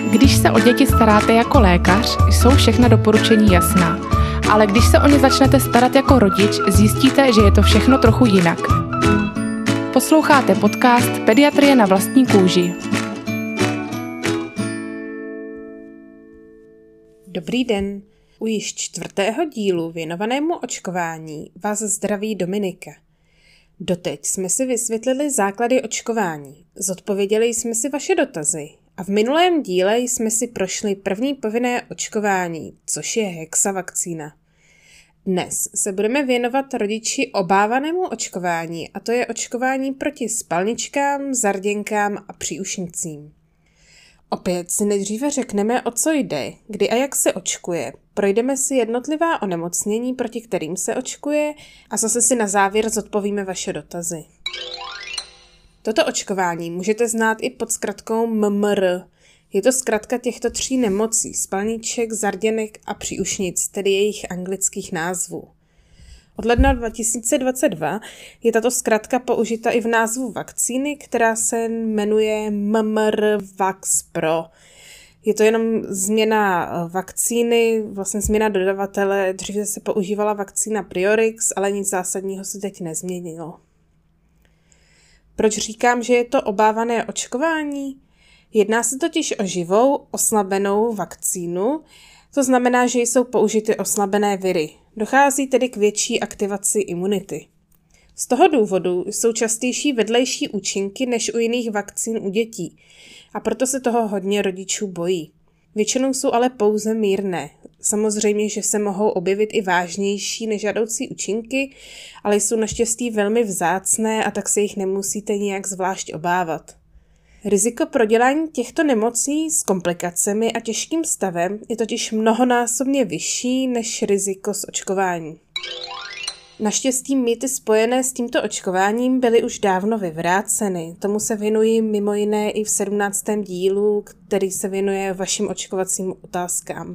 Když se o děti staráte jako lékař, jsou všechna doporučení jasná. Ale když se o ně začnete starat jako rodič, zjistíte, že je to všechno trochu jinak. Posloucháte podcast Pediatrie na vlastní kůži. Dobrý den. U již 4. dílu věnovanému očkování vás zdraví Dominika. Doteď jsme si vysvětlili základy očkování, zodpověděli jsme si vaše dotazy a v minulém díle jsme si prošli první povinné očkování, což je hexavakcína. Dnes se budeme věnovat rodiči obávanému očkování, a to je očkování proti spalničkám, zarděnkám a příušnicím. Opět si nejdříve řekneme, o co jde, kdy a jak se očkuje, projdeme si jednotlivá onemocnění, proti kterým se očkuje a zase si na závěr zodpovíme vaše dotazy. Toto očkování můžete znát i pod zkratkou MMR. Je to zkratka těchto 3 nemocí, spalniček, zarděnek a příušnic, tedy jejich anglických názvů. Od ledna 2022 je tato zkratka použita i v názvu vakcíny, která se jmenuje MMR Vax Pro. Je to jenom změna vakcíny, vlastně změna dodavatele. Dříve se používala vakcína Priorix, ale nic zásadního se teď nezměnilo. Proč říkám, že je to obávané očkování? Jedná se totiž o živou, oslabenou vakcínu, to znamená, že jsou použity oslabené viry. Dochází tedy k větší aktivaci imunity. Z toho důvodu jsou častější vedlejší účinky než u jiných vakcín u dětí a proto se toho hodně rodičů bojí. Většinou jsou ale pouze mírné. Samozřejmě, že se mohou objevit i vážnější nežádoucí účinky, ale jsou naštěstí velmi vzácné a tak se jich nemusíte nijak zvlášť obávat. Riziko prodělání těchto nemocí s komplikacemi a těžkým stavem je totiž mnohonásobně vyšší než riziko z očkování. Naštěstí mýty spojené s tímto očkováním byly už dávno vyvráceny. Tomu se věnuji mimo jiné i v 17. dílu, který se věnuje vašim očkovacím otázkám.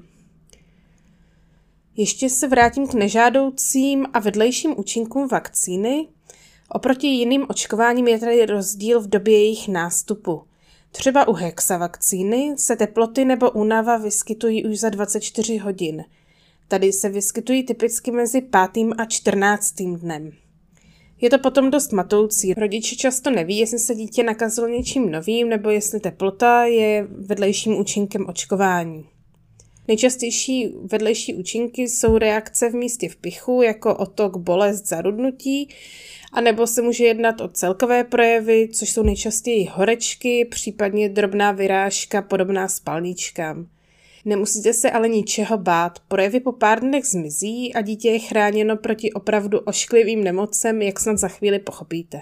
Ještě se vrátím k nežádoucím a vedlejším účinkům vakcíny. Oproti jiným očkováním je tady rozdíl v době jejich nástupu. Třeba u hexavakcíny se teploty nebo únava vyskytují už za 24 hodin. Tady se vyskytují typicky mezi 5. a 14. dnem. Je to potom dost matoucí. Rodiče často neví, jestli se dítě nakazilo něčím novým nebo jestli teplota je vedlejším účinkem očkování. Nejčastější vedlejší účinky jsou reakce v místě vpichu, jako otok, bolest, zarudnutí, anebo se může jednat o celkové projevy, což jsou nejčastěji horečky, případně drobná vyrážka podobná spalničkám. Nemusíte se ale ničeho bát, projevy po pár dnech zmizí a dítě je chráněno proti opravdu ošklivým nemocem, jak snad za chvíli pochopíte.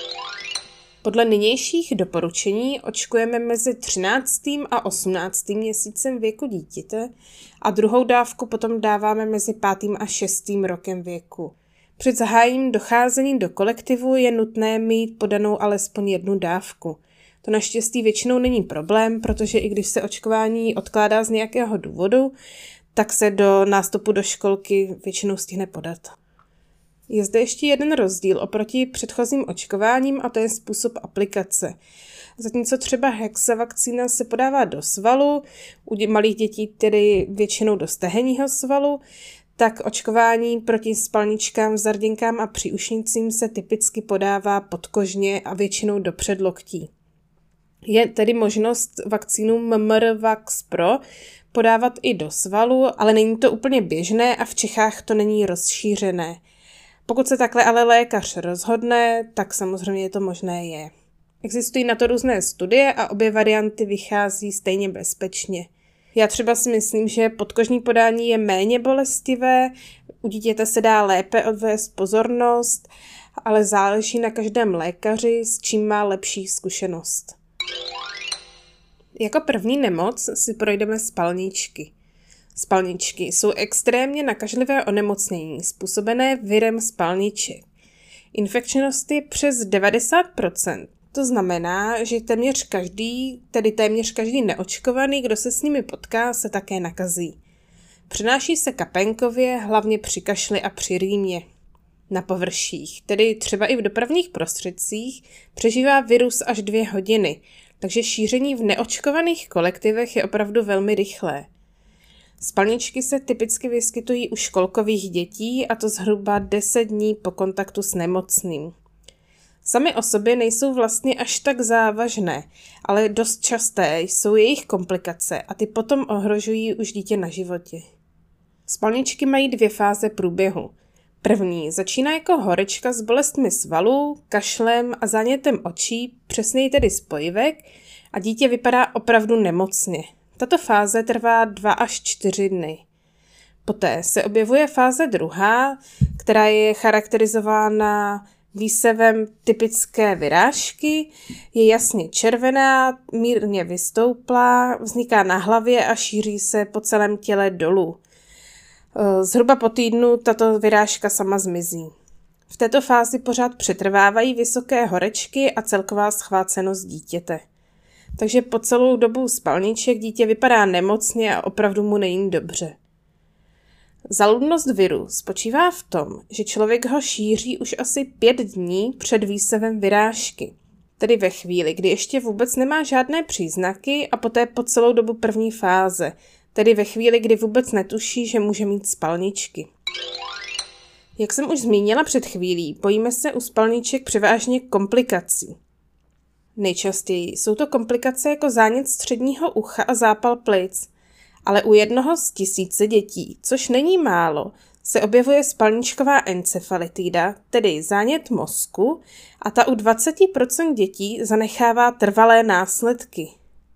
Podle nynějších doporučení očkujeme mezi 13. a 18. měsícem věku dítěte a druhou dávku potom dáváme mezi 5. a 6. rokem věku. Před zahájením docházení do kolektivu je nutné mít podanou alespoň 1 dávku. To naštěstí většinou není problém, protože i když se očkování odkládá z nějakého důvodu, tak se do nástupu do školky většinou stihne podat. Je zde ještě jeden rozdíl oproti předchozím očkováním a to je způsob aplikace. Zatímco třeba hexavakcína se podává do svalu, u malých dětí tedy většinou do stehenního svalu, tak očkování proti spalničkám, zarděnkám a příušnicím se typicky podává podkožně a většinou do předloktí. Je tedy možnost vakcínu MMR Vax Pro podávat i do svalu, ale není to úplně běžné a v Čechách to není rozšířené. Pokud se takhle ale lékař rozhodne, tak samozřejmě to možné je. Existují na to různé studie a obě varianty vychází stejně bezpečně. Já třeba si myslím, že podkožní podání je méně bolestivé, u dítěte se dá lépe odvést pozornost, ale záleží na každém lékaři, s čím má lepší zkušenost. Jako první nemoc si projdeme spalničky. Spalničky jsou extrémně nakažlivé onemocnění způsobené virem spalniček. Infekčnost je přes 90%. To znamená, že téměř každý neočkovaný, kdo se s nimi potká, se také nakazí. Přenáší se kapénkově, hlavně při kašli a při rýmě. Na površích, tedy třeba i v dopravních prostředcích, přežívá virus až 2 hodiny. takže šíření v neočkovaných kolektivech je opravdu velmi rychlé. Spalničky se typicky vyskytují u školkových dětí, a to zhruba 10 dní po kontaktu s nemocným. Samy o sobě nejsou vlastně až tak závažné, ale dost časté jsou jejich komplikace a ty potom ohrožují už dítě na životě. Spalničky mají 2 fáze průběhu. První začíná jako horečka s bolestmi svalů, kašlem a zánětem očí, přesněji tedy spojivek, a dítě vypadá opravdu nemocně. Tato fáze trvá 2 až 4 dny. Poté se objevuje fáze druhá, která je charakterizována výsevem typické vyrážky, je jasně červená, mírně vystouplá, vzniká na hlavě a šíří se po celém těle dolů. Zhruba po týdnu tato vyrážka sama zmizí. V této fázi pořád přetrvávají vysoké horečky a celková schvácenost dítěte. Takže po celou dobu spalniček dítě vypadá nemocně a opravdu mu není dobře. Zaludnost viru spočívá v tom, že člověk ho šíří už asi 5 dní před výsevem vyrážky, tedy ve chvíli, kdy ještě vůbec nemá žádné příznaky, a poté po celou dobu první fáze, tedy ve chvíli, kdy vůbec netuší, že může mít spalničky. Jak jsem už zmínila před chvílí, bojíme se u spalniček převážně komplikací. Nejčastěji jsou to komplikace jako zánět středního ucha a zápal plic, ale u 1 z 1000 dětí, což není málo, se objevuje spalničková encefalitida, tedy zánět mozku, a ta u 20% dětí zanechává trvalé následky.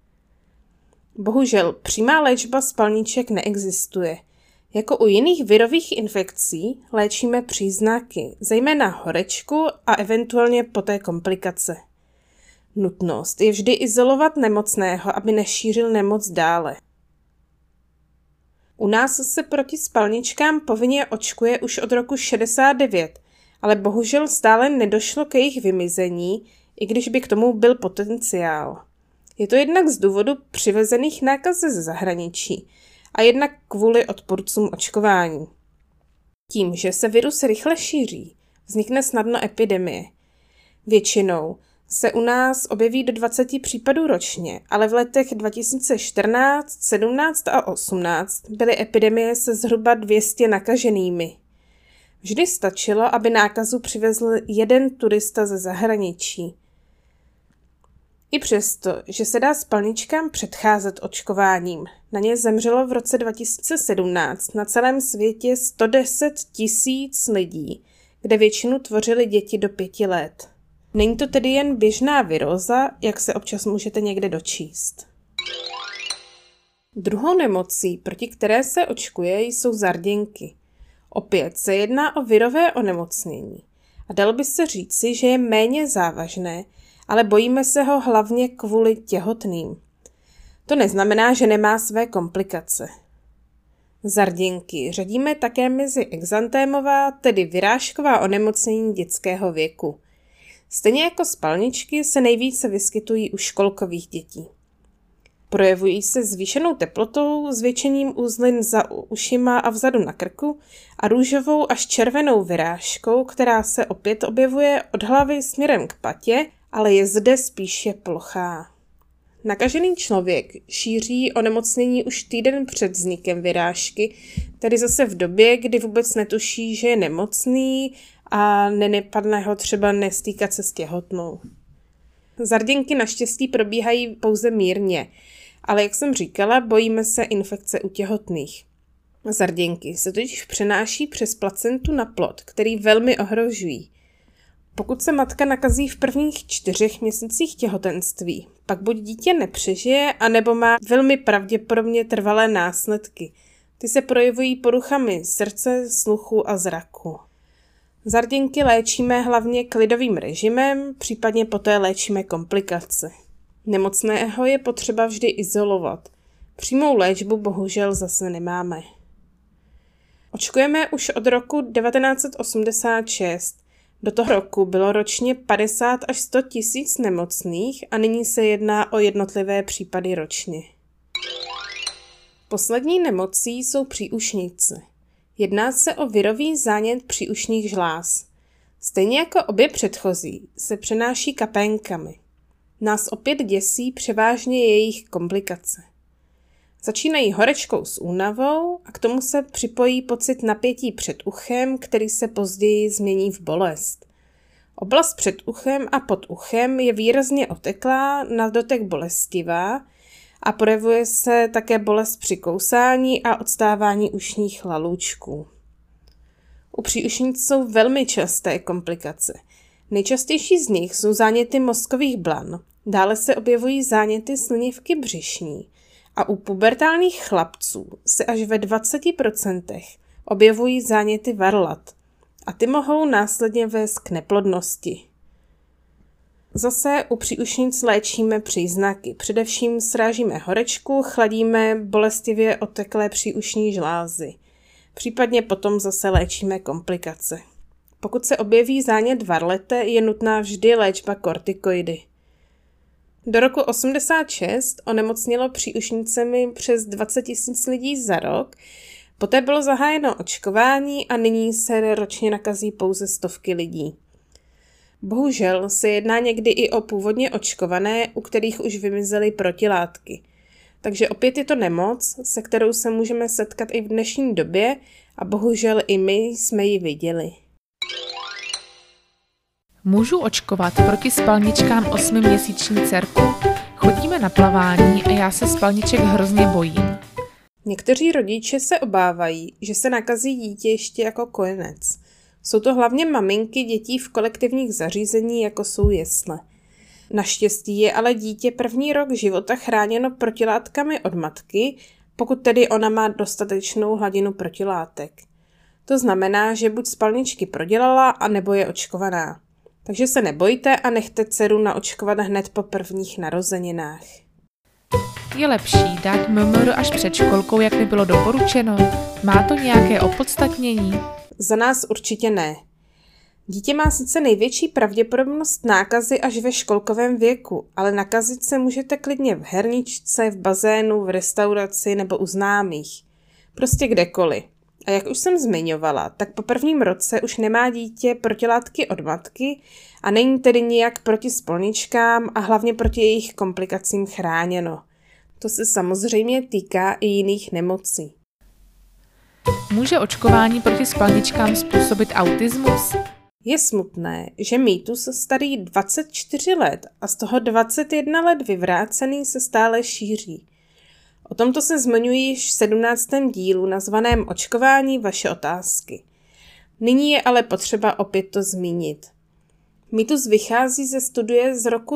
Bohužel přímá léčba spalniček neexistuje. Jako u jiných virových infekcí léčíme příznaky, zejména horečku a eventuálně poté komplikace. Nutnost je vždy izolovat nemocného, aby nešířil nemoc dále. U nás se proti spalničkám povinně očkuje už od roku 69, ale bohužel stále nedošlo k jejich vymizení, i když by k tomu byl potenciál. Je to jednak z důvodu přivezených nákaz ze zahraničí a jednak kvůli odpůrcům očkování. Tím, že se virus rychle šíří, vznikne snadno epidemie. Většinou se u nás objeví do 20 případů ročně, ale v letech 2014, 17 a 18 byly epidemie se zhruba 200 nakaženými. Vždy stačilo, aby nákazu přivezl 1 turista ze zahraničí. I přesto, že se dá spalničkám předcházet očkováním, na ně zemřelo v roce 2017 na celém světě 110 000 lidí, kde většinu tvořily děti do 5 let. Není to tedy jen běžná viróza, jak se občas můžete někde dočíst. Druhou nemocí, proti které se očkuje, jsou zarděnky. Opět se jedná o virové onemocnění. A dalo by se říci, že je méně závažné, ale bojíme se ho hlavně kvůli těhotným. To neznamená, že nemá své komplikace. Zarděnky řadíme také mezi exantémová, tedy vyrážková onemocnění dětského věku. Stejně jako spalničky se nejvíce vyskytují u školkových dětí. Projevují se zvýšenou teplotou, zvětšením uzlin za ušima a vzadu na krku a růžovou až červenou vyrážkou, která se opět objevuje od hlavy směrem k patě, ale je zde spíše plochá. Nakažený člověk šíří onemocnění už týden před vznikem vyrážky, tedy zase v době, kdy vůbec netuší, že je nemocný a nenapadne ho třeba nestýkat se s těhotnou. Zarděnky naštěstí probíhají pouze mírně, ale jak jsem říkala, bojíme se infekce u těhotných. Zarděnky se totiž přenáší přes placentu na plod, který velmi ohrožují. Pokud se matka nakazí v prvních 4 měsících těhotenství, pak buď dítě nepřežije, anebo má velmi pravděpodobně trvalé následky. Ty se projevují poruchami srdce, sluchu a zraku. Zarděnky léčíme hlavně klidovým režimem, případně poté léčíme komplikace. Nemocného je potřeba vždy izolovat. Přímou léčbu bohužel zase nemáme. Očkujeme už od roku 1986. Do toho roku bylo ročně 50 až 100 tisíc nemocných a nyní se jedná o jednotlivé případy ročně. Poslední nemocí jsou příušnice. Jedná se o virový zánět příušních žláz. Stejně jako obě předchozí se přenáší kapénkami. nás opět děsí převážně jejich komplikace. Začínají horečkou s únavou a k tomu se připojí pocit napětí před uchem, který se později změní v bolest. Oblast před uchem a pod uchem je výrazně oteklá, na dotek bolestivá a projevuje se také bolest při kousání a odstávání ušních lalůčků. U příušnic jsou velmi časté komplikace. Nejčastější z nich jsou záněty mozkových blan, dále se objevují záněty slinivky břišní a u pubertálních chlapců se až ve 20% objevují záněty varlat a ty mohou následně vést k neplodnosti. Zase u příušnic léčíme příznaky, především srážíme horečku, chladíme bolestivě oteklé příušní žlázy. Případně potom zase léčíme komplikace. Pokud se objeví zánět varlete, je nutná vždy léčba kortikoidy. Do roku 1986 onemocnělo příušnicemi přes 20 000 lidí za rok, poté bylo zahájeno očkování a nyní se ročně nakazí pouze stovky lidí. Bohužel se jedná někdy i o původně očkované, u kterých už vymizely protilátky. Takže opět je to nemoc, se kterou se můžeme setkat i v dnešní době a bohužel i my jsme ji viděli. Můžu očkovat proti spalničkám 8měsíční dcerku? Chodíme na plavání a já se spalniček hrozně bojím. Někteří rodiče se obávají, že se nakazí dítě ještě jako kojenec. Jsou to hlavně maminky dětí v kolektivních zařízení, jako jsou jesle. Naštěstí je ale dítě první rok života chráněno protilátkami od matky, pokud tedy ona má dostatečnou hladinu protilátek. To znamená, že buď spalničky prodělala, anebo je očkovaná. Takže se nebojte a nechte dceru naočkovat hned po prvních narozeninách. Je lepší dát MMR až před školkou, jak mi bylo doporučeno? Má to nějaké opodstatnění? Za nás určitě ne. Dítě má sice největší pravděpodobnost nákazy až ve školkovém věku, ale nakazit se můžete klidně v herničce, v bazénu, v restauraci nebo u známých. Prostě kdekoliv. A jak už jsem zmiňovala, tak po prvním roce už nemá dítě protilátky od matky a není tedy nijak proti spalničkám a hlavně proti jejich komplikacím chráněno. To se samozřejmě týká i jiných nemocí. Může očkování proti spalničkám způsobit autismus? Je smutné, že mýtus starý 24 let a z toho 21 let vyvrácený se stále šíří. O tomto se zmiňuji již v 17. dílu nazvaném Očkování vaše otázky. Nyní je ale potřeba opět to zmínit. Mýtus vychází ze studie z roku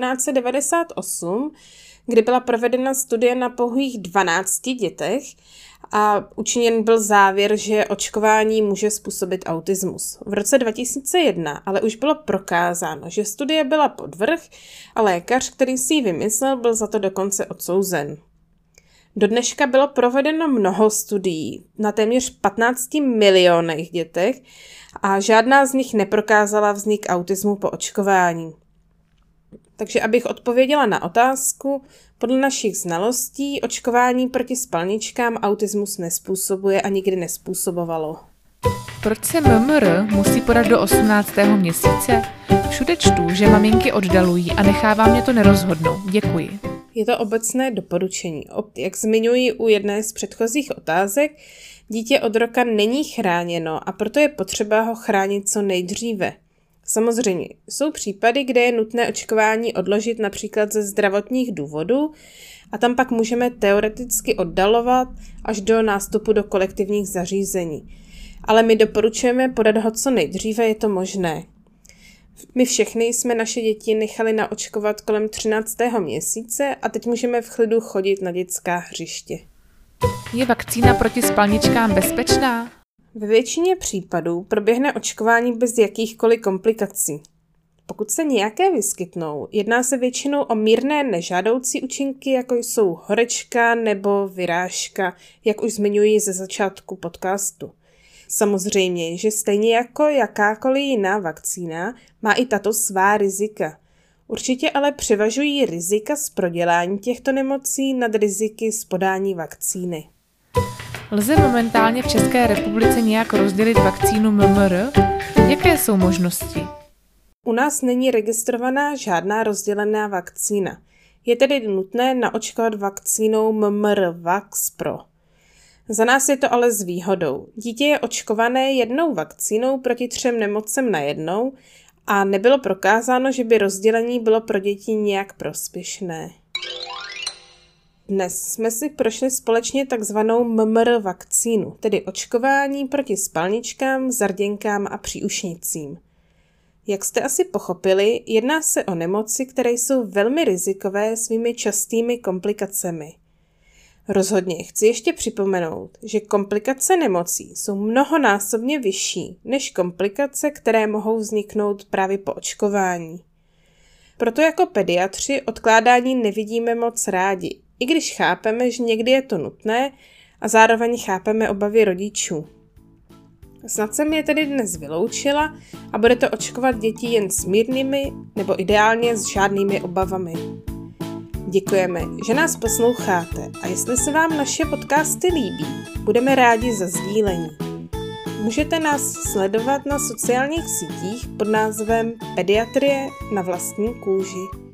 1998, kdy byla provedena studie na pouhých 12 dětech a učiněn byl závěr, že očkování může způsobit autismus. V roce 2001 ale už bylo prokázáno, že studie byla podvrh a lékař, který si ji vymyslel, byl za to dokonce odsouzen. Do dneška bylo provedeno mnoho studií na téměř 15 milionech dětech a žádná z nich neprokázala vznik autismu po očkování. Takže abych odpověděla na otázku, podle našich znalostí očkování proti spalničkám autismus nezpůsobuje a nikdy nezpůsobovalo. Proč se MMR musí podat do 18. měsíce? Všude čtu, že maminky oddalují a nechává mě to nerozhodnout. Děkuji. Je to obecné doporučení. Jak zmiňuji u jedné z předchozích otázek, dítě od roka není chráněno a proto je potřeba ho chránit co nejdříve. Samozřejmě jsou případy, kde je nutné očkování odložit například ze zdravotních důvodů a tam pak můžeme teoreticky oddalovat až do nástupu do kolektivních zařízení. Ale my doporučujeme podat ho co nejdříve, je to možné. My všechny jsme naše děti nechali naočkovat kolem 13. měsíce a teď můžeme v klidu chodit na dětská hřiště. Je vakcína proti spalničkám bezpečná? Ve většině případů proběhne očkování bez jakýchkoliv komplikací. Pokud se nějaké vyskytnou, jedná se většinou o mírné nežádoucí účinky, jako jsou horečka nebo vyrážka, jak už zmiňuji ze začátku podcastu. Samozřejmě, že stejně jako jakákoliv jiná vakcína, má i tato svá rizika. Určitě ale převažují rizika z prodělání těchto nemocí nad riziky z podání vakcíny. Lze momentálně v České republice nějak rozdělit vakcínu MMR? Jaké jsou možnosti? U nás není registrovaná žádná rozdělená vakcína. Je tedy nutné naočkovat vakcínou MMR VaxPro. Za nás je to ale s výhodou. Dítě je očkované jednou vakcínou proti 3 nemocem najednou a nebylo prokázáno, že by rozdělení bylo pro děti nějak prospěšné. Dnes jsme si prošli společně takzvanou MMR vakcínu, tedy očkování proti spalničkám, zarděnkám a příušnicím. Jak jste asi pochopili, jedná se o nemoci, které jsou velmi rizikové svými častými komplikacemi. Rozhodně chci ještě připomenout, že komplikace nemocí jsou mnohonásobně vyšší než komplikace, které mohou vzniknout právě po očkování. Proto jako pediatři odkládání nevidíme moc rádi, i když chápeme, že někdy je to nutné a zároveň chápeme obavy rodičů. Snad jsem je tedy dnes vyloučila a budete očkovat děti jen s mírnými nebo ideálně s žádnými obavami. Děkujeme, že nás posloucháte a jestli se vám naše podcasty líbí, budeme rádi za sdílení. Můžete nás sledovat na sociálních sítích pod názvem Pediatrie na vlastní kůži.